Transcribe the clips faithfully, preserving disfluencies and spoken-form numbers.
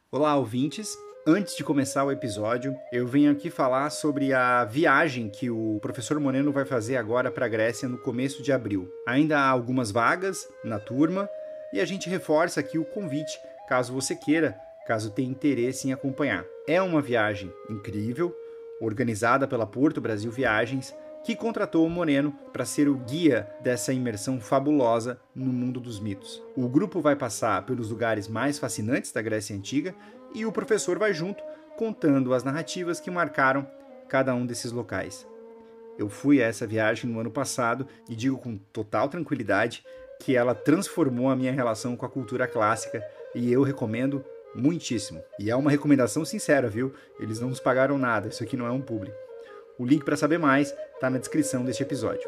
Olá, ouvintes! Antes de começar o episódio, eu venho aqui falar sobre a viagem que o professor Moreno vai fazer agora para a Grécia no começo de abril. Ainda há algumas vagas na turma e a gente reforça aqui o convite, caso você queira, caso tenha interesse em acompanhar. É uma viagem incrível, organizada pela Porto Brasil Viagens, que contratou o Moreno para ser o guia dessa imersão fabulosa no mundo dos mitos. O grupo vai passar pelos lugares mais fascinantes da Grécia Antiga e o professor vai junto, contando as narrativas que marcaram cada um desses locais. Eu fui a essa viagem no ano passado e digo com total tranquilidade que ela transformou a minha relação com a cultura clássica e eu recomendo muitíssimo. E é uma recomendação sincera, viu? Eles não nos pagaram nada, isso aqui não é um publi. O link para saber mais está na descrição deste episódio.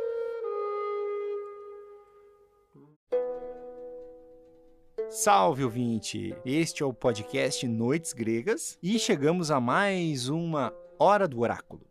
Salve, ouvinte! Este é o podcast Noites Gregas e chegamos a mais uma Hora do Oráculo.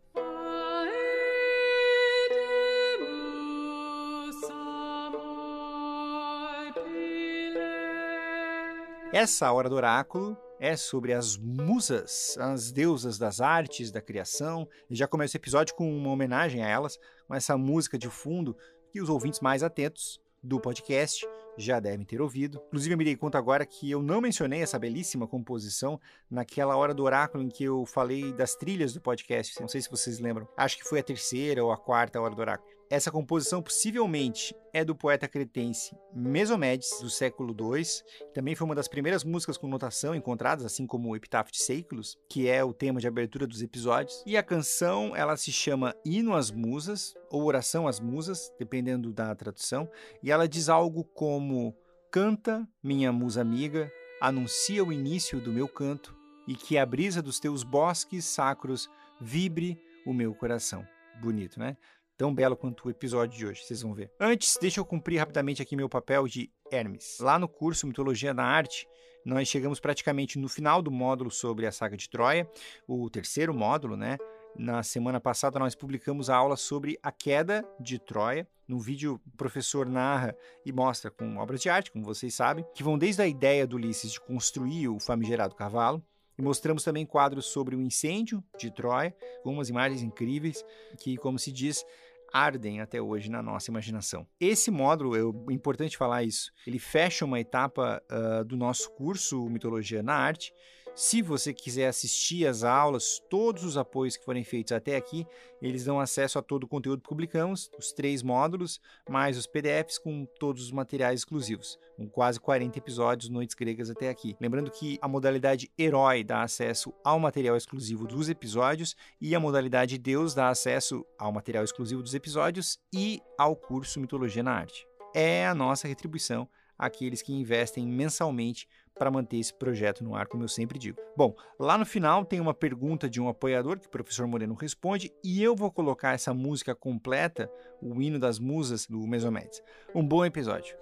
Essa Hora do Oráculo é sobre as musas, as deusas das artes, da criação. E já começa o episódio com uma homenagem a elas, com essa música de fundo que os ouvintes mais atentos do podcast já devem ter ouvido. Inclusive, eu me dei conta agora que eu não mencionei essa belíssima composição naquela Hora do Oráculo em que eu falei das trilhas do podcast. Não sei se vocês lembram. Acho que foi a terceira ou a quarta Hora do Oráculo. Essa composição possivelmente é do poeta cretense Mesomedes, do século dois. Também foi uma das primeiras músicas com notação encontradas, assim como o Epitáfio de Céiculos, que é o tema de abertura dos episódios. E a canção, ela se chama Hino às Musas, ou Oração às Musas, dependendo da tradução. E ela diz algo como: canta, minha musa amiga, anuncia o início do meu canto, e que a brisa dos teus bosques sacros vibre o meu coração. Bonito, né? Tão belo quanto o episódio de hoje, vocês vão ver. Antes, deixa eu cumprir rapidamente aqui meu papel de Hermes. Lá no curso Mitologia na Arte, nós chegamos praticamente no final do módulo sobre a saga de Troia, o terceiro módulo, né? Na semana passada nós publicamos a aula sobre a queda de Troia. No vídeo o professor narra e mostra com obras de arte, como vocês sabem, que vão desde a ideia do Ulisses de construir o famigerado cavalo, e mostramos também quadros sobre o incêndio de Troia, com umas imagens incríveis que, como se diz, ardem até hoje na nossa imaginação. Esse módulo, é importante falar isso, ele fecha uma etapa uh, do nosso curso Mitologia na Arte. Se você quiser assistir às aulas, todos os apoios que forem feitos até aqui, eles dão acesso a todo o conteúdo que publicamos, os três módulos, mais os P D Fs com todos os materiais exclusivos, com quase quarenta episódios, Noites Gregas até aqui. Lembrando que a modalidade Herói dá acesso ao material exclusivo dos episódios e a modalidade Deus dá acesso ao material exclusivo dos episódios e ao curso Mitologia na Arte. É a nossa retribuição àqueles que investem mensalmente para manter esse projeto no ar, como eu sempre digo. Bom, lá no final tem uma pergunta de um apoiador que o professor Moreno responde e eu vou colocar essa música completa, o Hino das Musas, do Mesomedes. Um bom episódio.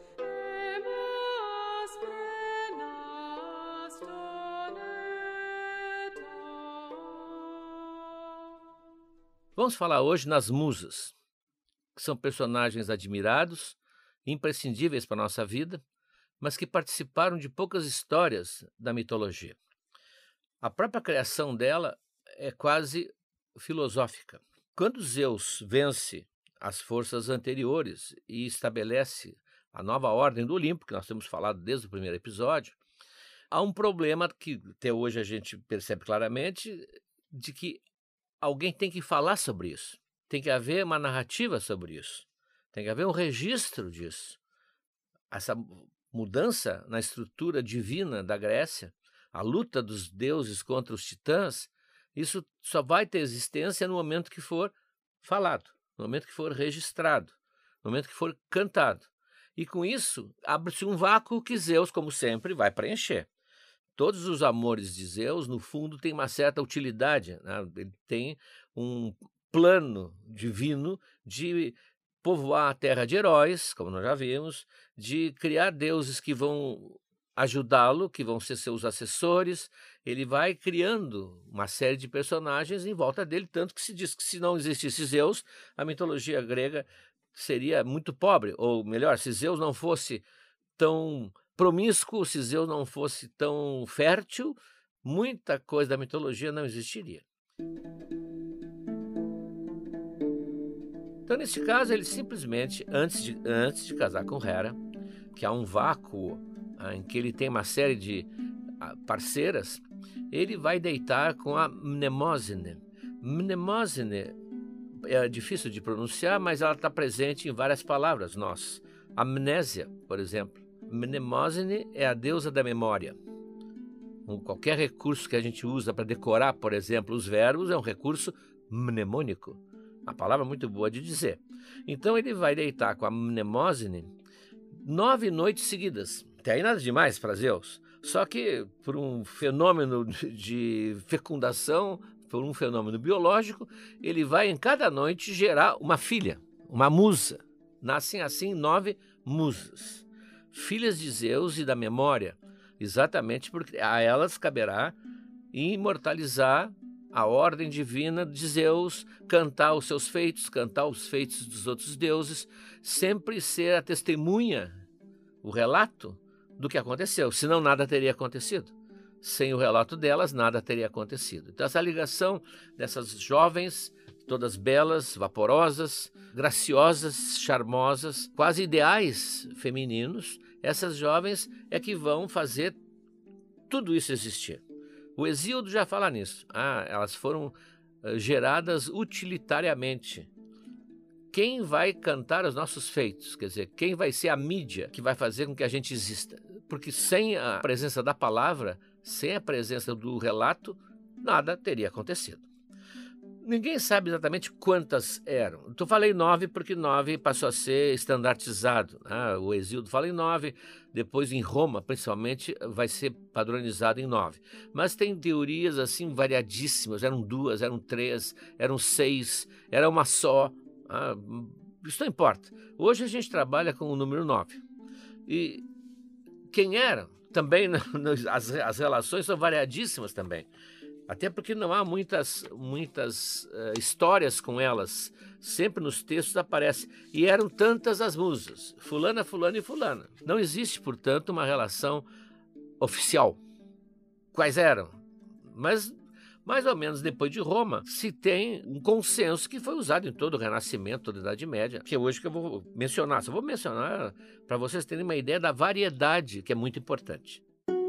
Vamos falar hoje nas musas, que são personagens admirados, imprescindíveis para a nossa vida, mas que participaram de poucas histórias da mitologia. A própria criação dela é quase filosófica. Quando Zeus vence as forças anteriores e estabelece a nova ordem do Olimpo, que nós temos falado desde o primeiro episódio, há um problema que até hoje a gente percebe claramente, de que alguém tem que falar sobre isso, tem que haver uma narrativa sobre isso, tem que haver um registro disso. Essa mudança na estrutura divina da Grécia, a luta dos deuses contra os titãs, isso só vai ter existência no momento que for falado, no momento que for registrado, no momento que for cantado. E com isso, abre-se um vácuo que Zeus, como sempre, vai preencher. Todos os amores de Zeus, no fundo, têm uma certa utilidade, né? Ele tem um plano divino de povoar a terra de heróis, como nós já vimos, de criar deuses que vão ajudá-lo, que vão ser seus assessores. Ele vai criando uma série de personagens em volta dele, tanto que se diz que se não existisse Zeus, a mitologia grega seria muito pobre, ou melhor, se Zeus não fosse tão promíscuo, se Zeus não fosse tão fértil, muita coisa da mitologia não existiria. Então, nesse caso, ele simplesmente, antes de, antes de casar com Hera, que há um vácuo ah, em que ele tem uma série de ah, parceiras, ele vai deitar com a Mnemosine. Mnemosine é difícil de pronunciar, mas ela está presente em várias palavras nossas. Amnésia, por exemplo. Mnemosine é a deusa da memória. Um, qualquer recurso que a gente usa para decorar, por exemplo, os verbos, é um recurso mnemônico. A palavra muito boa de dizer. Então ele vai deitar com a Mnemosine nove noites seguidas. Até aí nada demais para Zeus. Só que por um fenômeno de fecundação, por um fenômeno biológico, ele vai em cada noite gerar uma filha, uma musa. Nascem assim nove musas, filhas de Zeus e da memória, exatamente porque a elas caberá imortalizar a ordem divina de Zeus, cantar os seus feitos, cantar os feitos dos outros deuses, sempre ser a testemunha, o relato do que aconteceu, senão nada teria acontecido. Sem o relato delas, nada teria acontecido. Então, essa ligação dessas jovens, todas belas, vaporosas, graciosas, charmosas, quase ideais femininos, essas jovens é que vão fazer tudo isso existir. O Hesíodo já fala nisso. Ah, elas foram uh, geradas utilitariamente. Quem vai cantar os nossos feitos? Quer dizer, quem vai ser a mídia que vai fazer com que a gente exista? Porque sem a presença da palavra, sem a presença do relato, nada teria acontecido. Ninguém sabe exatamente quantas eram. Eu falei nove porque nove passou a ser estandartizado. Ah, o Hesíodo fala em nove, depois em Roma, principalmente, vai ser padronizado em nove. Mas tem teorias assim variadíssimas. Eram duas, eram três, eram seis, era uma só. Ah, isso não importa. Hoje a gente trabalha com o número nove. E quem eram? Também as, as relações são variadíssimas também. Até porque não há muitas, muitas uh, histórias com elas. Sempre nos textos aparece. E eram tantas as musas. Fulana, fulana e fulana. Não existe, portanto, uma relação oficial. Quais eram? Mas, mais ou menos depois de Roma, se tem um consenso que foi usado em todo o Renascimento, toda a Idade Média, que é hoje que eu vou mencionar. Só vou mencionar para vocês terem uma ideia da variedade, que é muito importante.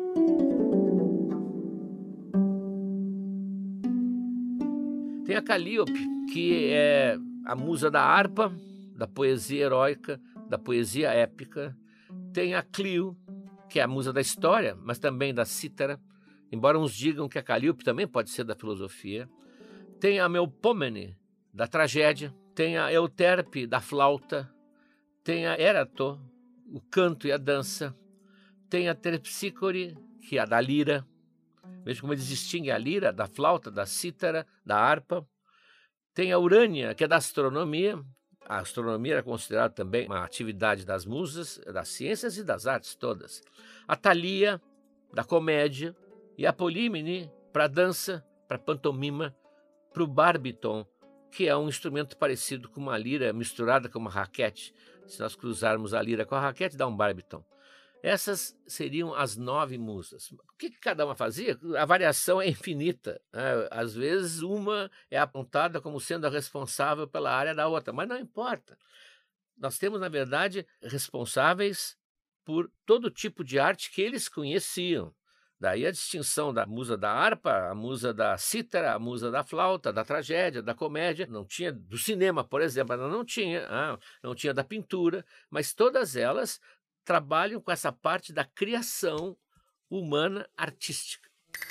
Tem a Calíope, que é a musa da harpa, da poesia heróica, da poesia épica. Tem a Clio, que é a musa da história, mas também da cítara, embora uns digam que a Calíope também pode ser da filosofia. Tem a Melpomene, da tragédia. Tem a Euterpe, da flauta. Tem a Erato, o canto e a dança. Tem a Terpsícore, que é a da lira. Veja como eles distinguem a lira da flauta, da cítara, da harpa. Tem a Urânia, que é da astronomia. A astronomia era considerada também uma atividade das musas, das ciências e das artes todas. A Thalia, da comédia. E a Polímene, para a dança, para a pantomima, para o bárbiton, que é um instrumento parecido com uma lira misturada com uma raquete. Se nós cruzarmos a lira com a raquete, dá um bárbiton. Essas seriam as nove musas. O que cada uma fazia? A variação é infinita. Né? Às vezes, uma é apontada como sendo a responsável pela área da outra, mas não importa. Nós temos, na verdade, responsáveis por todo tipo de arte que eles conheciam. Daí a distinção da musa da harpa, a musa da cítara, a musa da flauta, da tragédia, da comédia. Não tinha do cinema, por exemplo, ela não tinha. Ah, não tinha da pintura, mas todas elas trabalham com essa parte da criação humana artística.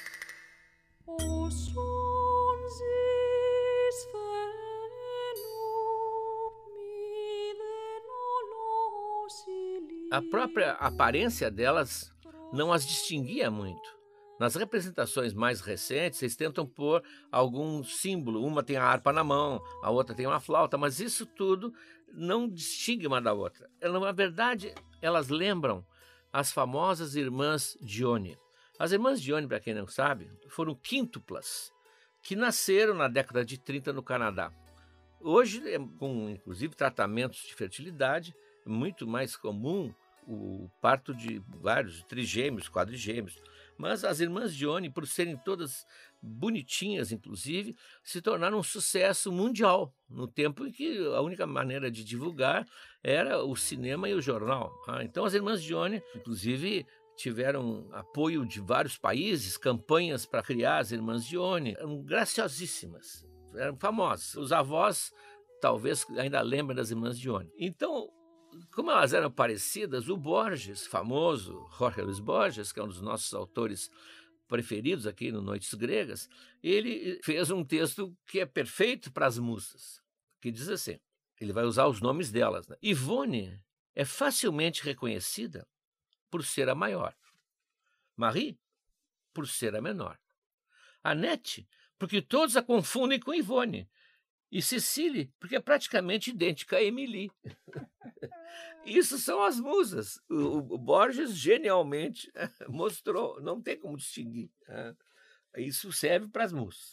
A própria aparência delas não as distinguia muito. Nas representações mais recentes, eles tentam pôr algum símbolo. Uma tem a harpa na mão, a outra tem uma flauta, mas isso tudo não distingue uma da outra. Na verdade, elas lembram as famosas irmãs Dione. As irmãs Dione, para quem não sabe, foram quíntuplas que nasceram na década de trinta no Canadá. Hoje, com inclusive tratamentos de fertilidade, é muito mais comum o parto de vários trigêmeos, quadrigêmeos. Mas as irmãs Dione, por serem todas bonitinhas, inclusive, se tornaram um sucesso mundial, no tempo em que a única maneira de divulgar era o cinema e o jornal. Ah, então as irmãs Dione, inclusive, tiveram apoio de vários países, campanhas para criar as irmãs Dione, eram graciosíssimas, eram famosas. Os avós talvez ainda lembrem das irmãs Dione. Então, como elas eram parecidas, o Borges, famoso Jorge Luis Borges, que é um dos nossos autores preferidos aqui no Noites Gregas, ele fez um texto que é perfeito para as musas, que diz assim, ele vai usar os nomes delas, né? Ivone é facilmente reconhecida por ser a maior, Marie por ser a menor, Annette porque todos a confundem com Ivone, e Cecília porque é praticamente idêntica a Emily. Isso são as musas. O, o Borges genialmente mostrou, não tem como distinguir. Né? Isso serve para as musas.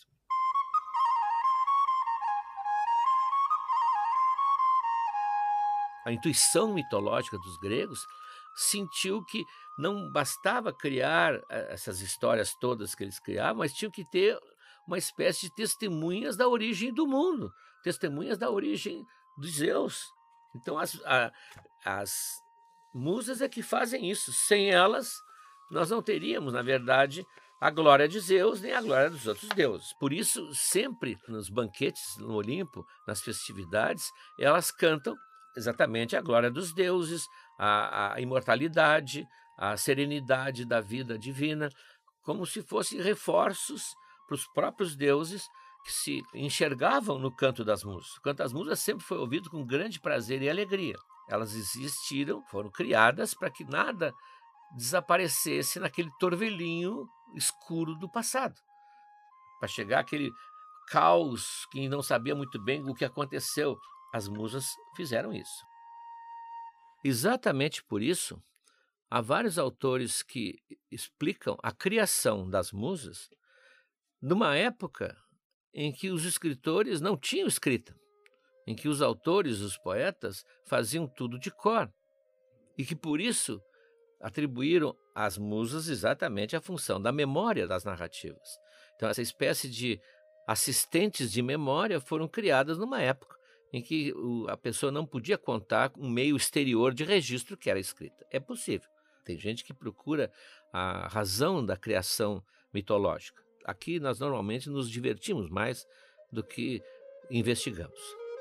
A intuição mitológica dos gregos sentiu que não bastava criar essas histórias todas que eles criavam, mas tinham que ter uma espécie de testemunhas da origem do mundo, testemunhas da origem dos Zeus. Então, as, a, as musas é que fazem isso. Sem elas, nós não teríamos, na verdade, a glória de Zeus nem a glória dos outros deuses. Por isso, sempre nos banquetes no Olimpo, nas festividades, elas cantam exatamente a glória dos deuses, a, a imortalidade, a serenidade da vida divina, como se fossem reforços para os próprios deuses que se enxergavam no canto das musas. O canto das musas sempre foi ouvido com grande prazer e alegria. Elas existiram, foram criadas para que nada desaparecesse naquele torvelinho escuro do passado. Para chegar aquele caos que não sabia muito bem o que aconteceu. As musas fizeram isso. Exatamente por isso, há vários autores que explicam a criação das musas numa época em que os escritores não tinham escrita, em que os autores, os poetas, faziam tudo de cor, e que por isso atribuíram às musas exatamente a função da memória das narrativas. Então, essa espécie de assistentes de memória foram criadas numa época em que a pessoa não podia contar com um meio exterior de registro que era a escrita. É possível. Tem gente que procura a razão da criação mitológica. Aqui nós normalmente nos divertimos mais do que investigamos.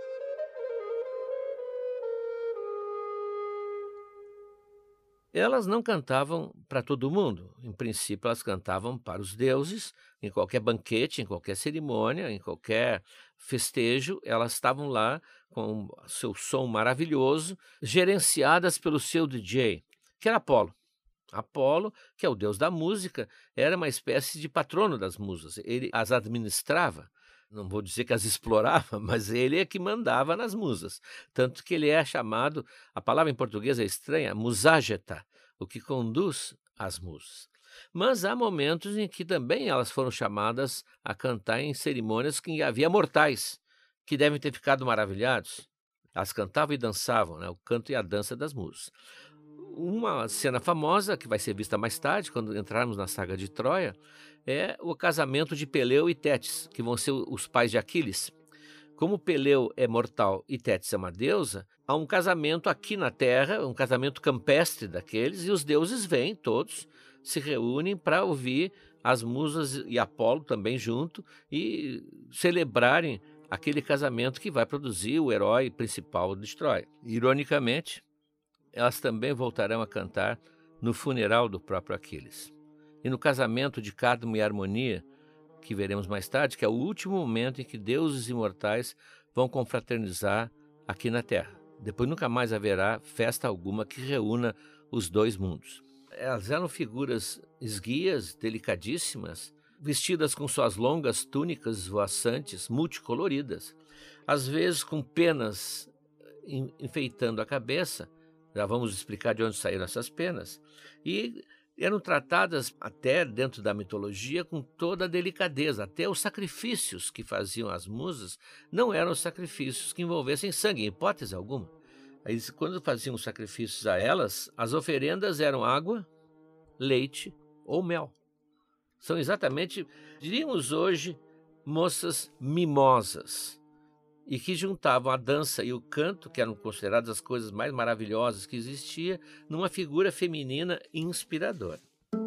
Elas não cantavam para todo mundo. Em princípio, elas cantavam para os deuses, em qualquer banquete, em qualquer cerimônia, em qualquer festejo. Elas estavam lá com seu som maravilhoso, gerenciadas pelo seu D J, que era Apolo. Apolo, que é o deus da música, era uma espécie de patrono das musas. Ele as administrava. Não vou dizer que as explorava, mas ele é que mandava nas musas. Tanto que ele é chamado, a palavra em português é estranha, muságeta, o que conduz as musas. Mas há momentos em que também elas foram chamadas a cantar em cerimônias que havia mortais, que devem ter ficado maravilhados. Elas cantavam e dançavam, né? O canto e a dança das musas. Uma cena famosa, que vai ser vista mais tarde, quando entrarmos na saga de Troia, é o casamento de Peleu e Tétis, que vão ser os pais de Aquiles. Como Peleu é mortal e Tétis é uma deusa, há um casamento aqui na Terra, um casamento campestre daqueles, e os deuses vêm todos, se reúnem para ouvir as musas e Apolo também junto e celebrarem aquele casamento que vai produzir o herói principal de Troia. Ironicamente, elas também voltarão a cantar no funeral do próprio Aquiles. E no casamento de Cadmo e Harmonia, que veremos mais tarde, que é o último momento em que deuses imortais vão confraternizar aqui na Terra. Depois nunca mais haverá festa alguma que reúna os dois mundos. Elas eram figuras esguias, delicadíssimas, vestidas com suas longas túnicas voaçantes, multicoloridas, às vezes com penas enfeitando a cabeça. Já vamos explicar de onde saíram essas penas. E eram tratadas até dentro da mitologia com toda a delicadeza. Até os sacrifícios que faziam as musas não eram sacrifícios que envolvessem sangue, em hipótese alguma. Aí, quando faziam sacrifícios a elas, as oferendas eram água, leite ou mel. São exatamente, diríamos hoje, moças mimosas, e que juntavam a dança e o canto, que eram consideradas as coisas mais maravilhosas que existia, numa figura feminina inspiradora.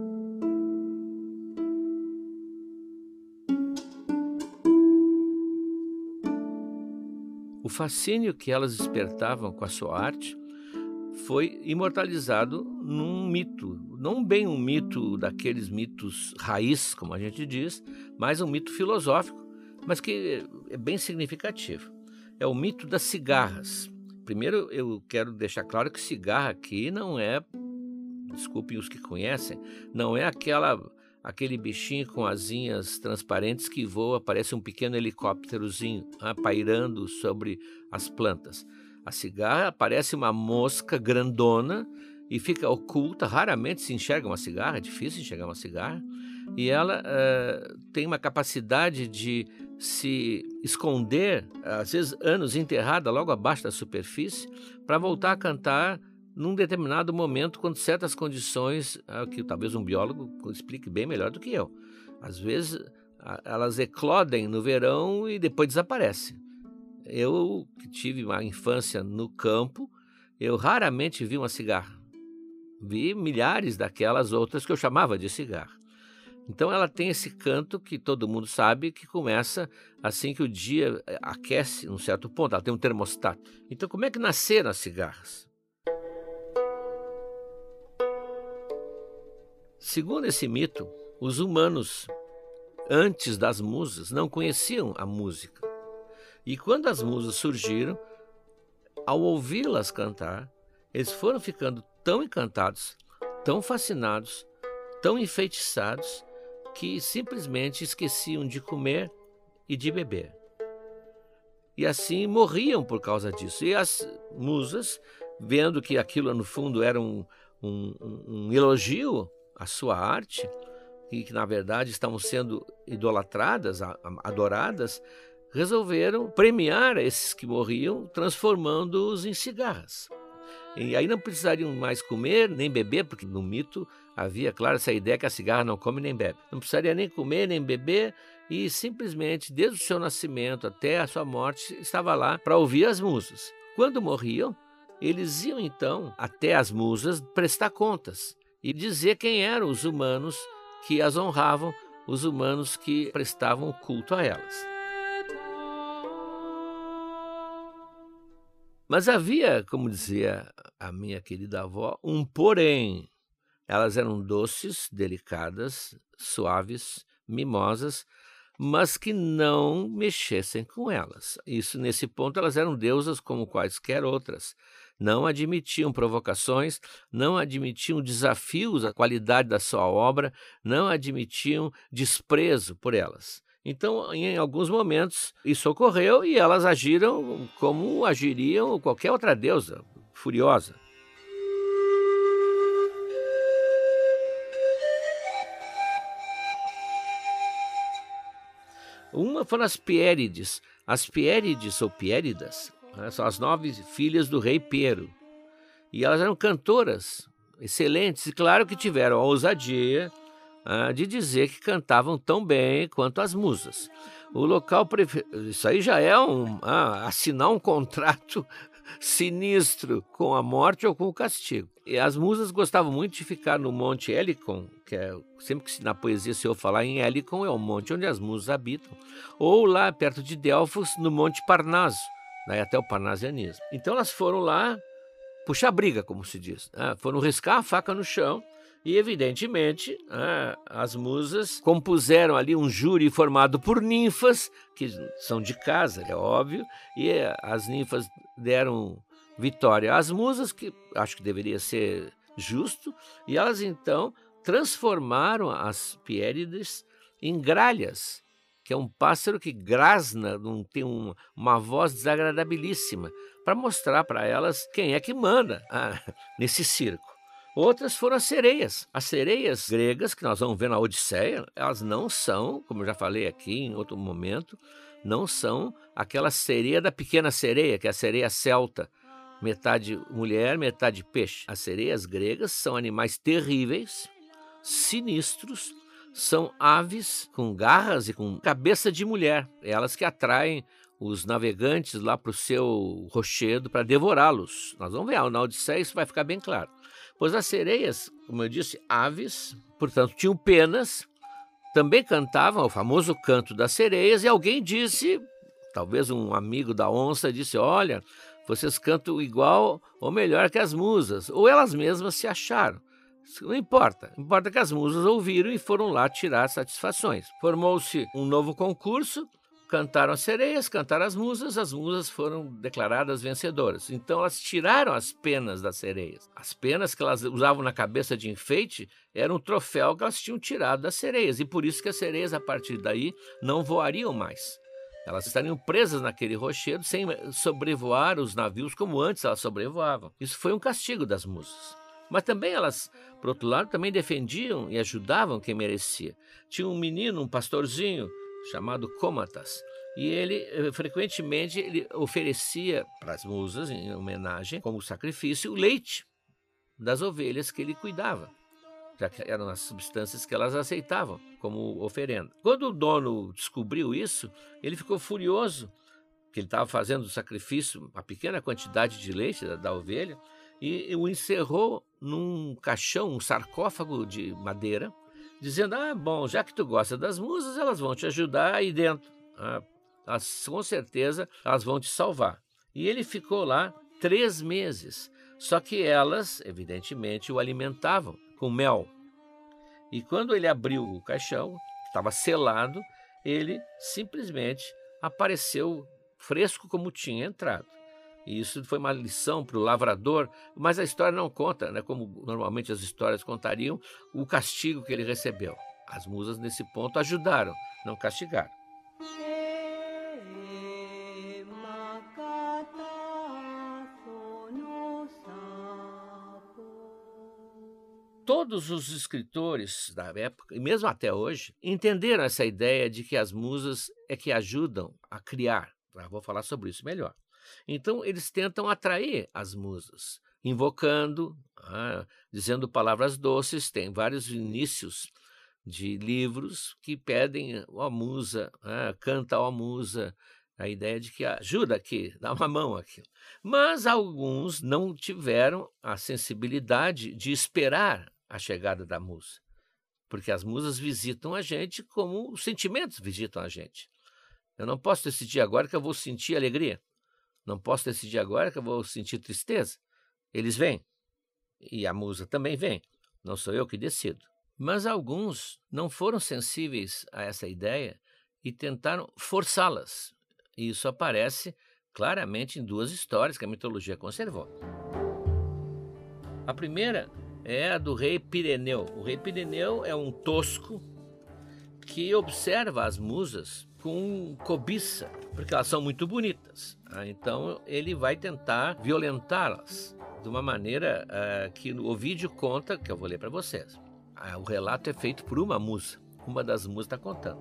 O fascínio que elas despertavam com a sua arte foi imortalizado num mito, não bem um mito daqueles mitos raiz, como a gente diz, mas um mito filosófico, mas que é bem significativo. É o mito das cigarras. Primeiro, eu quero deixar claro que cigarra aqui não é, desculpem os que conhecem, não é aquela, aquele bichinho com asinhas transparentes que voa, parece um pequeno helicópterozinho, ah, pairando sobre as plantas. A cigarra parece uma mosca grandona e fica oculta, raramente se enxerga uma cigarra, é difícil enxergar uma cigarra, e ela uh, tem uma capacidade de se esconder, às vezes anos enterrada logo abaixo da superfície, para voltar a cantar num determinado momento, quando certas condições, uh, que talvez um biólogo explique bem melhor do que eu. Às vezes uh, elas eclodem no verão e depois desaparecem. Eu, que tive uma infância no campo, eu raramente vi uma cigarra. Vi milhares daquelas outras que eu chamava de cigarra. Então ela tem esse canto que todo mundo sabe que começa assim que o dia aquece num certo ponto, ela tem um termostato. Então como é que nasceram as cigarras? Segundo esse mito, os humanos, antes das musas, não conheciam a música. E quando as musas surgiram, ao ouvi-las cantar, eles foram ficando tão encantados, tão fascinados, tão enfeitiçados, que simplesmente esqueciam de comer e de beber. E assim morriam por causa disso. E as musas, vendo que aquilo no fundo era um, um, um elogio à sua arte, e que na verdade estavam sendo idolatradas, adoradas, resolveram premiar esses que morriam, transformando-os em cigarras. E aí não precisariam mais comer nem beber, porque no mito havia, claro, essa ideia que a cigarra não come nem bebe. Não precisaria nem comer nem beber e simplesmente, desde o seu nascimento até a sua morte, estava lá para ouvir as musas. Quando morriam, eles iam então até as musas prestar contas e dizer quem eram os humanos que as honravam, os humanos que prestavam culto a elas. Mas havia, como dizia a minha querida avó, um porém. Elas eram doces, delicadas, suaves, mimosas, mas que não mexessem com elas. Isso, nesse ponto, elas eram deusas como quaisquer outras. Não admitiam provocações, não admitiam desafios à qualidade da sua obra, não admitiam desprezo por elas. Então, em alguns momentos, isso ocorreu e elas agiram como agiriam qualquer outra deusa, furiosa. Uma foram as Piérides. As Piérides, ou Piéridas, né, são as nove filhas do rei Pero. E elas eram cantoras excelentes, e claro que tiveram a ousadia ah, de dizer que cantavam tão bem quanto as musas. O local, prefer... isso aí já é um, ah, assinar um contrato sinistro com a morte ou com o castigo. E as musas gostavam muito de ficar no Monte Helicon, que é sempre que na poesia se ouve falar em Helicon, é o monte onde as musas habitam, ou lá perto de Delfos, no Monte Parnaso, daí até o parnasianismo. Então elas foram lá puxar briga, como se diz, né? Foram riscar a faca no chão e, evidentemente, né, as musas compuseram ali um júri formado por ninfas, que são de casa, é óbvio, e as ninfas deram vitória às musas, que acho que deveria ser justo, e elas então transformaram as Piérides em gralhas, que é um pássaro que grasna, tem um, uma voz desagradabilíssima, para mostrar para elas quem é que manda ah, nesse circo. Outras foram as sereias. As sereias gregas, que nós vamos ver na Odisseia, elas não são, como eu já falei aqui em outro momento, não são aquela sereia da pequena sereia, que é a sereia celta, metade mulher, metade peixe. As sereias gregas são animais terríveis, sinistros, são aves com garras e com cabeça de mulher. Elas que atraem os navegantes lá para o seu rochedo para devorá-los. Nós vamos ver, na Odisseia isso vai ficar bem claro. Pois as sereias, como eu disse, aves, portanto tinham penas, também cantavam o famoso canto das sereias, e alguém disse, talvez um amigo da onça disse, olha, vocês cantam igual ou melhor que as musas, ou elas mesmas se acharam. Não importa, importa que as musas ouviram e foram lá tirar satisfações. Formou-se um novo concurso, cantaram as sereias, cantaram as musas, as musas foram declaradas vencedoras. Então elas tiraram as penas das sereias. As penas que elas usavam na cabeça de enfeite eram um troféu que elas tinham tirado das sereias, e por isso que as sereias, a partir daí, não voariam mais. Elas estariam presas naquele rochedo sem sobrevoar os navios como antes elas sobrevoavam. Isso foi um castigo das musas. Mas também elas, por outro lado, também defendiam e ajudavam quem merecia. Tinha um menino, um pastorzinho, chamado Cômatas, e ele, frequentemente, ele oferecia para as musas, em homenagem, como sacrifício, o leite das ovelhas que ele cuidava, já que eram as substâncias que elas aceitavam como oferenda. Quando o dono descobriu isso, ele ficou furioso, que ele estava fazendo o sacrifício, uma pequena quantidade de leite da, da ovelha, e o encerrou num caixão, um sarcófago de madeira, dizendo, ah, bom, já que tu gosta das musas, elas vão te ajudar aí dentro. Ah, elas, com certeza, elas vão te salvar. E ele ficou lá três meses, só que elas, evidentemente, o alimentavam com mel. E quando ele abriu o caixão, que estava selado, ele simplesmente apareceu fresco como tinha entrado. E isso foi uma lição para o lavrador, mas a história não conta, né, como normalmente as histórias contariam, o castigo que ele recebeu. As musas, nesse ponto, ajudaram, não castigaram. Todos os escritores da época, e mesmo até hoje, entenderam essa ideia de que as musas é que ajudam a criar. Eu vou falar sobre isso melhor. Então, eles tentam atrair as musas, invocando, ah, dizendo palavras doces. Tem vários inícios de livros que pedem, ó oh, musa, ah, canta, ó oh, musa, a ideia de que ajuda aqui, dá uma mão aqui. Mas alguns não tiveram a sensibilidade de esperar a chegada da musa, porque as musas visitam a gente como os sentimentos visitam a gente. Eu não posso decidir agora que eu vou sentir alegria. Não posso decidir agora que eu vou sentir tristeza. Eles vêm. E a musa também vem. Não sou eu que decido. Mas alguns não foram sensíveis a essa ideia e tentaram forçá-las. E isso aparece claramente em duas histórias que a mitologia conservou. A primeira é a do rei Pireneu. O rei Pireneu é um tosco que observa as musas com cobiça, porque elas são muito bonitas. Então ele vai tentar violentá-las de uma maneira uh, que o vídeo conta, que eu vou ler para vocês. Uh, o relato é feito por uma musa, uma das musas está contando.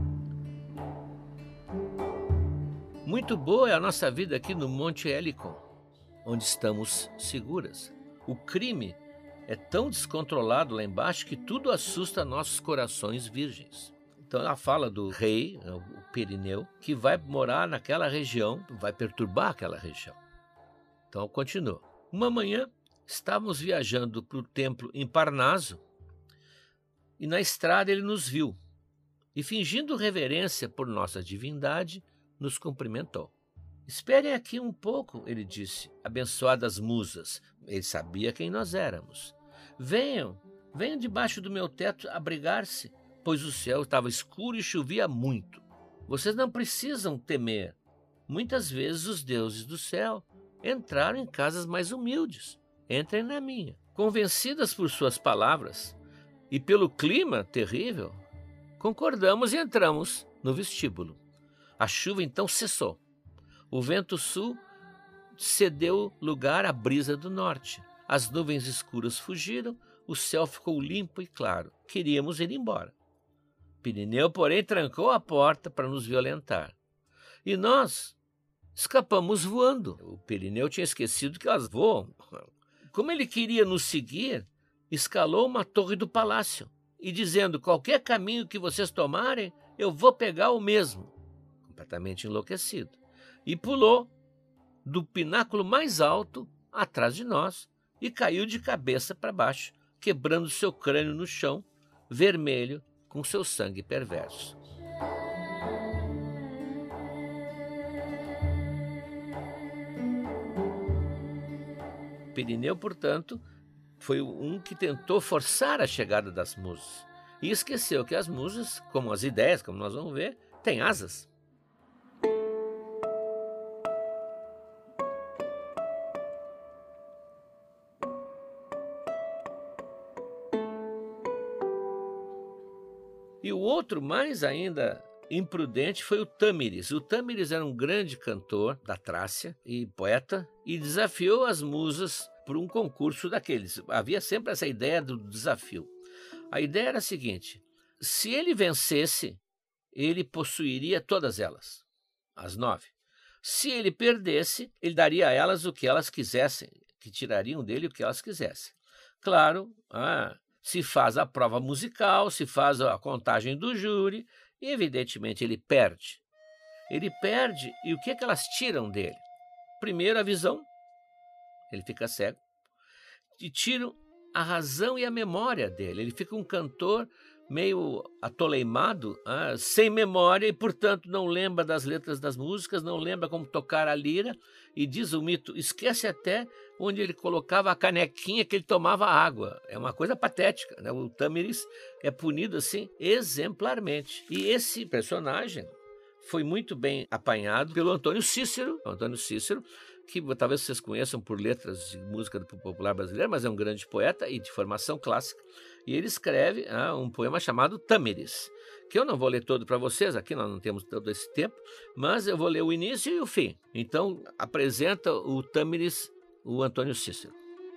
Muito boa é a nossa vida aqui no Monte Helicon, onde estamos seguras. O crime é tão descontrolado lá embaixo que tudo assusta nossos corações virgens. Então ela fala do rei, o Pirineu, que vai morar naquela região, vai perturbar aquela região. Então continua. Uma manhã estávamos viajando para o templo em Parnaso e na estrada ele nos viu e, fingindo reverência por nossa divindade, nos cumprimentou. Esperem aqui um pouco, ele disse, abençoadas musas. Ele sabia quem nós éramos. Venham, venham debaixo do meu teto abrigar-se, pois o céu estava escuro e chovia muito. Vocês não precisam temer. Muitas vezes os deuses do céu entraram em casas mais humildes. Entrem na minha. Convencidas por suas palavras e pelo clima terrível, concordamos e entramos no vestíbulo. A chuva então cessou. O vento sul cedeu lugar à brisa do norte. As nuvens escuras fugiram, o céu ficou limpo e claro. Queríamos ir embora. Pirineu, porém, trancou a porta para nos violentar. E nós escapamos voando. O Pirineu tinha esquecido que elas voam. Como ele queria nos seguir, escalou uma torre do palácio e dizendo: qualquer caminho que vocês tomarem, eu vou pegar o mesmo. Completamente enlouquecido. E pulou do pináculo mais alto atrás de nós e caiu de cabeça para baixo, quebrando seu crânio no chão, vermelho, com seu sangue perverso. Pirineu, portanto, foi um que tentou forçar a chegada das musas e esqueceu que as musas, como as ideias, como nós vamos ver, têm asas. E o outro, mais ainda imprudente, foi o Tâmeres. O Tâmeres era um grande cantor da Trácia e poeta e desafiou as musas por um concurso daqueles. Havia sempre essa ideia do desafio. A ideia era a seguinte: se ele vencesse, ele possuiria todas elas, as nove. Se ele perdesse, ele daria a elas o que elas quisessem, que tirariam dele o que elas quisessem. Claro, ah, se faz a prova musical, se faz a contagem do júri, e evidentemente ele perde. Ele perde, e o que é que elas tiram dele? Primeiro, a visão, ele fica cego, e tiram a razão e a memória dele. Ele fica um cantor meio atoleimado, ah, sem memória, e portanto não lembra das letras das músicas, não lembra como tocar a lira, e diz o mito, esquece até onde ele colocava a canequinha que ele tomava água. É uma coisa patética, né? O Tâmeres é punido assim exemplarmente. E esse personagem foi muito bem apanhado pelo Antônio Cícero, Antônio Cícero, que talvez vocês conheçam por letras de música popular brasileira, mas é um grande poeta e de formação clássica. E ele escreve ah, um poema chamado Tâmeres, que eu não vou ler todo para vocês, aqui nós não temos todo esse tempo, mas eu vou ler o início e o fim. Então, apresenta o Tâmeres, o Antônio Cícero.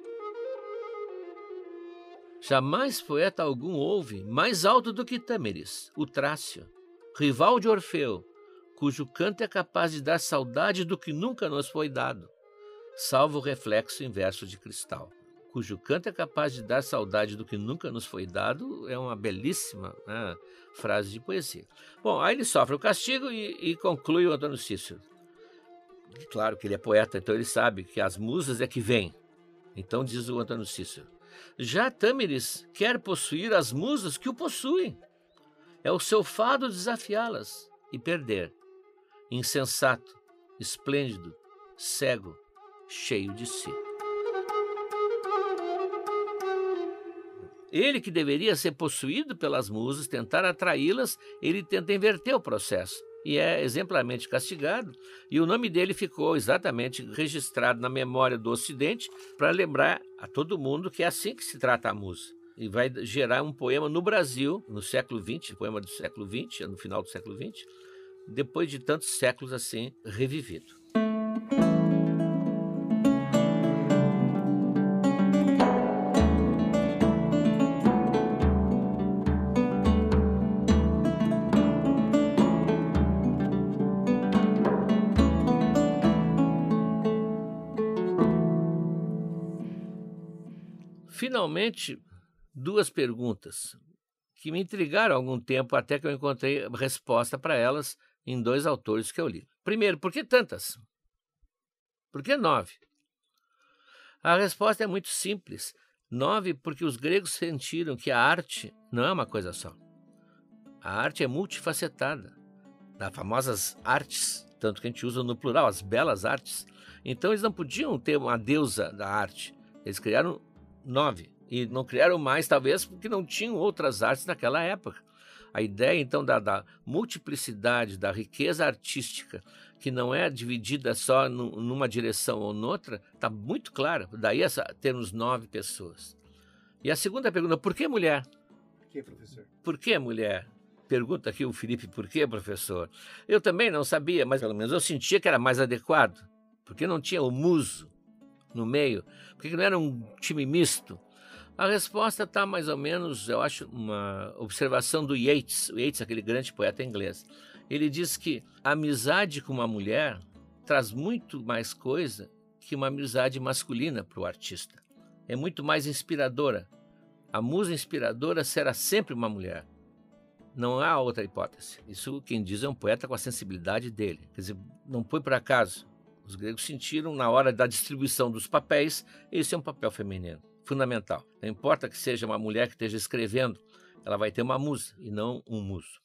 Jamais poeta algum houve mais alto do que Tâmeres, o Trácio, rival de Orfeu, cujo canto é capaz de dar saudade do que nunca nos foi dado, salvo o reflexo em verso de cristal. Cujo canto é capaz de dar saudade do que nunca nos foi dado, é uma belíssima né, frase de poesia. Bom, aí ele sofre o castigo e, e conclui o Antônio Cícero. Claro que ele é poeta, então ele sabe que as musas é que vêm. Então diz o Antônio Cícero: já Tâmeres quer possuir as musas que o possuem. É o seu fado desafiá-las e perder. Insensato, esplêndido, cego, cheio de si. Ele que deveria ser possuído pelas musas, tentar atraí-las, ele tenta inverter o processo e é exemplarmente castigado, e o nome dele ficou exatamente registrado na memória do Ocidente para lembrar a todo mundo que é assim que se trata a musa. E vai gerar um poema no Brasil, no século vinte, poema do século vinte, no final do século vinte, depois de tantos séculos assim, revivido. Finalmente, duas perguntas que me intrigaram há algum tempo até que eu encontrei resposta para elas em dois autores que eu li. Primeiro, por que tantas? Por que nove? A resposta é muito simples. Nove porque os gregos sentiram que a arte não é uma coisa só. A arte é multifacetada. As famosas artes, tanto que a gente usa no plural, as belas artes. Então eles não podiam ter uma deusa da arte. Eles criaram nove. E não criaram mais, talvez, porque não tinham outras artes naquela época. A ideia, então, da, da multiplicidade, da riqueza artística, que não é dividida só no, numa direção ou noutra, está muito clara. Daí essa, termos nove pessoas. E a segunda pergunta, por que mulher? Por que, professor? Por que mulher? Pergunta aqui o Felipe, por que, professor? Eu também não sabia, mas pelo menos eu sentia que era mais adequado. Porque não tinha o muso no meio, porque não era um time misto. A resposta está mais ou menos, eu acho, uma observação do Yeats, o Yeats, aquele grande poeta inglês. Ele diz que a amizade com uma mulher traz muito mais coisa que uma amizade masculina para o artista. É muito mais inspiradora. A musa inspiradora será sempre uma mulher. Não há outra hipótese. Isso quem diz é um poeta com a sensibilidade dele. Quer dizer, não foi por acaso. Os gregos sentiram na hora da distribuição dos papéis, esse é um papel feminino, fundamental. Não importa que seja uma mulher que esteja escrevendo, ela vai ter uma musa e não um muso.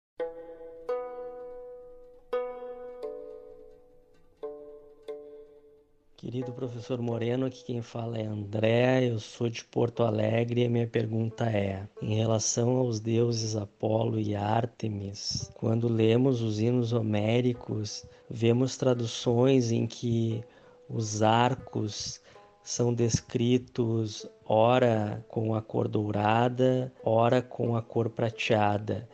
Querido professor Moreno, aqui quem fala é André, eu sou de Porto Alegre e a minha pergunta é, em relação aos deuses Apolo e Ártemis, quando lemos os hinos homéricos, vemos traduções em que os arcos são descritos ora com a cor dourada, ora com a cor prateada.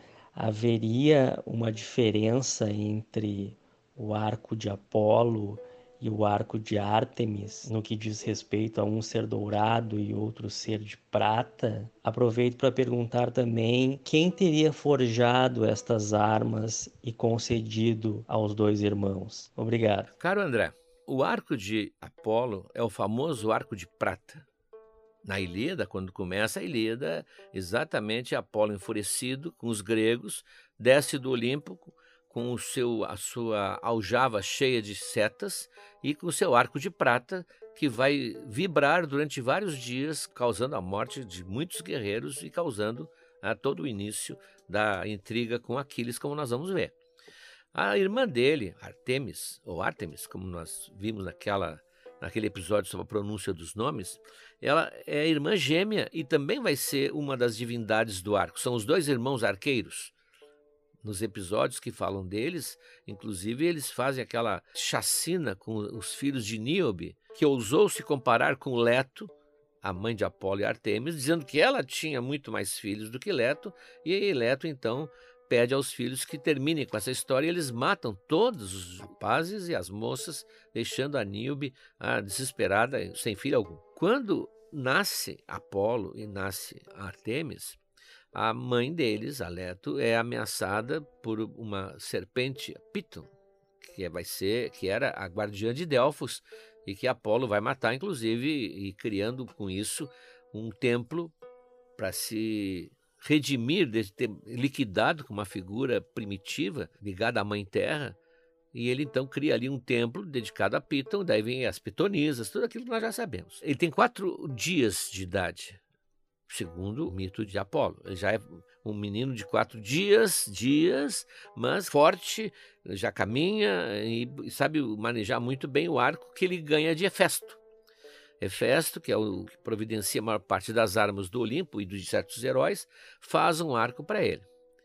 Haveria uma diferença entre o arco de Apolo e o arco de Ártemis, no que diz respeito a um ser dourado e outro ser de prata? Aproveito para perguntar também quem teria forjado estas armas e concedido aos dois irmãos. Obrigado. Caro André, o arco de Apolo é o famoso arco de prata. Na Ilíada, quando começa a Ilíada, exatamente Apolo enfurecido com os gregos, desce do Olimpo com o seu, a sua aljava cheia de setas e com o seu arco de prata, que vai vibrar durante vários dias, causando a morte de muitos guerreiros e causando a, todo o início da intriga com Aquiles, como nós vamos ver. A irmã dele, Artemis, ou Ártemis, como nós vimos naquela, naquele episódio sobre a pronúncia dos nomes, ela é irmã gêmea e também vai ser uma das divindades do arco. São os dois irmãos arqueiros. Nos episódios que falam deles, inclusive eles fazem aquela chacina com os filhos de Níobe, que ousou se comparar com Leto, a mãe de Apolo e Artemis, dizendo que ela tinha muito mais filhos do que Leto, e Leto então pede aos filhos que terminem com essa história e eles matam todos os rapazes e as moças, deixando a Níobe ah, desesperada, sem filho algum. Quando nasce Apolo e nasce Artemis, a mãe deles, a Leto, é ameaçada por uma serpente, a Piton, que vai ser, que era a guardiã de Delfos e que Apolo vai matar, inclusive, e criando com isso um templo para se redimir de ter liquidado com uma figura primitiva ligada à Mãe Terra. E ele então cria ali um templo dedicado a Piton, daí vem as pitonisas, tudo aquilo que nós já sabemos. Ele tem quatro dias de idade, segundo o mito de Apolo. Ele já é um menino de quatro dias, dias, mas forte, já caminha e sabe manejar muito bem o arco que ele ganha de Hefesto. Hefesto, que é o que providencia a maior parte das armas do Olimpo e de certos heróis, faz um arco para ele.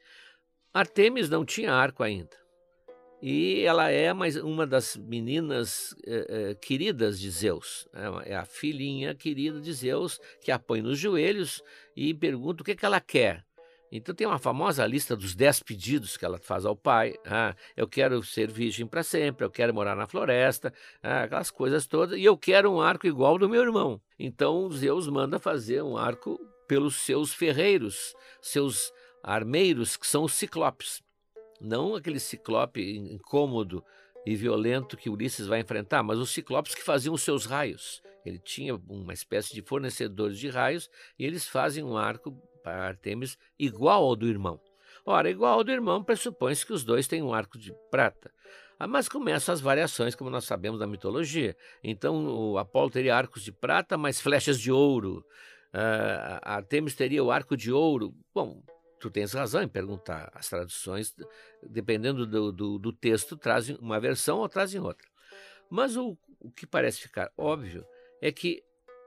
Artemis não tinha arco ainda. E ela é mais uma das meninas eh, eh, queridas de Zeus. É a filhinha querida de Zeus, que a põe nos joelhos e pergunta o que, que ela quer. Então tem uma famosa lista dos dez pedidos que ela faz ao pai. Ah, eu quero ser virgem para sempre, eu quero morar na floresta, ah, aquelas coisas todas, e eu quero um arco igual ao do meu irmão. Então Zeus manda fazer um arco pelos seus ferreiros, seus armeiros, que são os ciclopes. Não aquele ciclope incômodo e violento que Ulisses vai enfrentar, mas os ciclopes que faziam os seus raios. Ele tinha uma espécie de fornecedores de raios e eles fazem um arco para Artemis igual ao do irmão. Ora, igual ao do irmão, pressupõe-se que os dois têm um arco de prata. Ah, mas começam as variações, como nós sabemos da mitologia. Então, o Apolo teria arcos de prata, mas flechas de ouro. Ah, a Artemis teria o arco de ouro. Bom, tu tens razão em perguntar. As traduções, dependendo do, do, do texto, trazem uma versão ou trazem outra. Mas o, o que parece ficar óbvio é que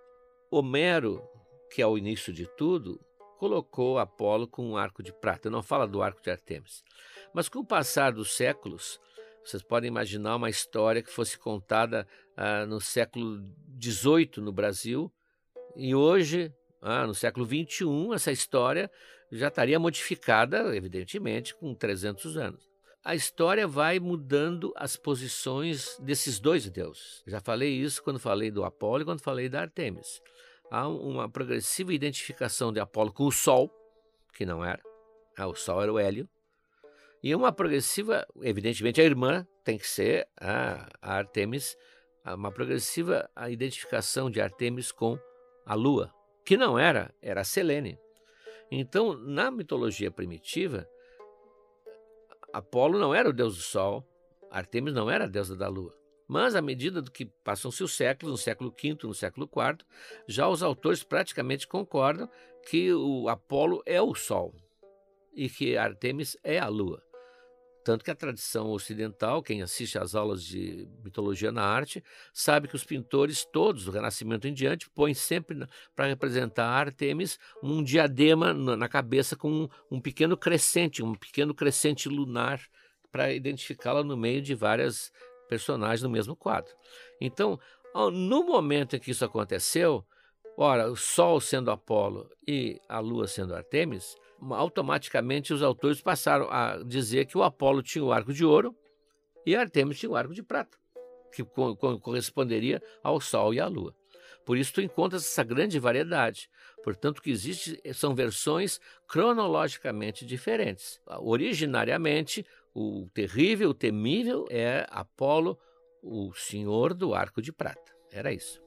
Homero, que é o início de tudo, colocou Apolo com um arco de prata. Não fala do arco de Artemis. Mas com o passar dos séculos, vocês podem imaginar uma história que fosse contada ah, no século dezoito no Brasil, e hoje, ah, no século vinte e um, essa história já estaria modificada, evidentemente, com trezentos anos. A história vai mudando as posições desses dois deuses. Já falei isso quando falei do Apolo e quando falei da Artemis. Há uma progressiva identificação de Apolo com o Sol, que não era. Ah, o Sol era o Hélio. E uma progressiva, evidentemente a irmã tem que ser a, a Artemis, uma progressiva a identificação de Artemis com a Lua, que não era, era a Selene. Então, na mitologia primitiva, Apolo não era o deus do sol, Ártemis não era a deusa da lua. Mas, à medida do que passam-se os séculos, no século quinto, no século quarto, já os autores praticamente concordam que o Apolo é o sol e que Ártemis é a lua. Tanto que a tradição ocidental, quem assiste às aulas de mitologia na arte, sabe que os pintores todos, do Renascimento em diante, põem sempre para representar Ártemis um diadema na cabeça com um, um pequeno crescente, um pequeno crescente lunar, para identificá-la no meio de várias personagens no mesmo quadro. Então, no momento em que isso aconteceu, ora, o Sol sendo Apolo e a Lua sendo Ártemis, automaticamente os autores passaram a dizer que o Apolo tinha o arco de ouro e a Ártemis tinha o arco de prata, que co co corresponderia ao Sol e à Lua. Por isso tu encontras essa grande variedade. Portanto, o que existe são versões cronologicamente diferentes. Originariamente, o terrível, o temível é Apolo, o senhor do arco de prata. Era isso.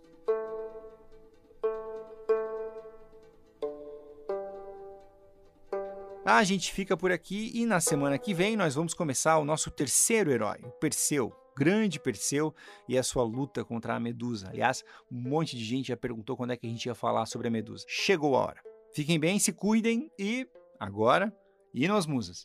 A gente fica por aqui e na semana que vem nós vamos começar o nosso terceiro herói, o Perseu, grande Perseu e a sua luta contra a Medusa. Aliás, um monte de gente já perguntou quando é que a gente ia falar sobre a Medusa. Chegou a hora. Fiquem bem, se cuidem e, agora, hino às musas.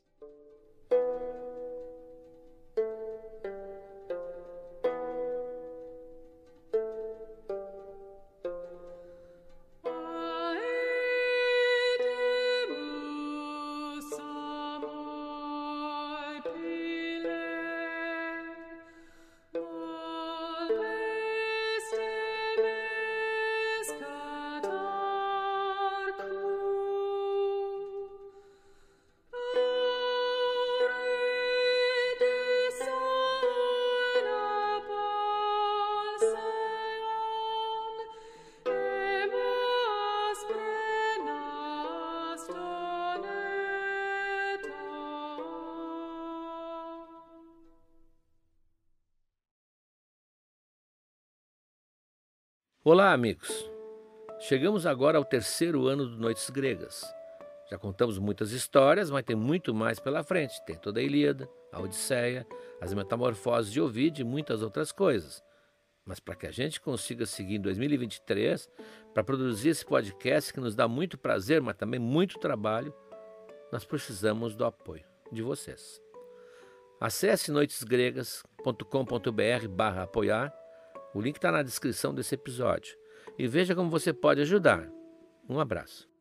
Olá, amigos! Chegamos agora ao terceiro ano do Noites Gregas. Já contamos muitas histórias, mas tem muito mais pela frente. Tem toda a Ilíada, a Odisseia, as Metamorfoses de Ovídio e muitas outras coisas. Mas para que a gente consiga seguir em dois mil e vinte e três, para produzir esse podcast que nos dá muito prazer, mas também muito trabalho, nós precisamos do apoio de vocês. Acesse noitesgregas ponto com ponto br barra apoiar. O link está na descrição desse episódio. E veja como você pode ajudar. Um abraço.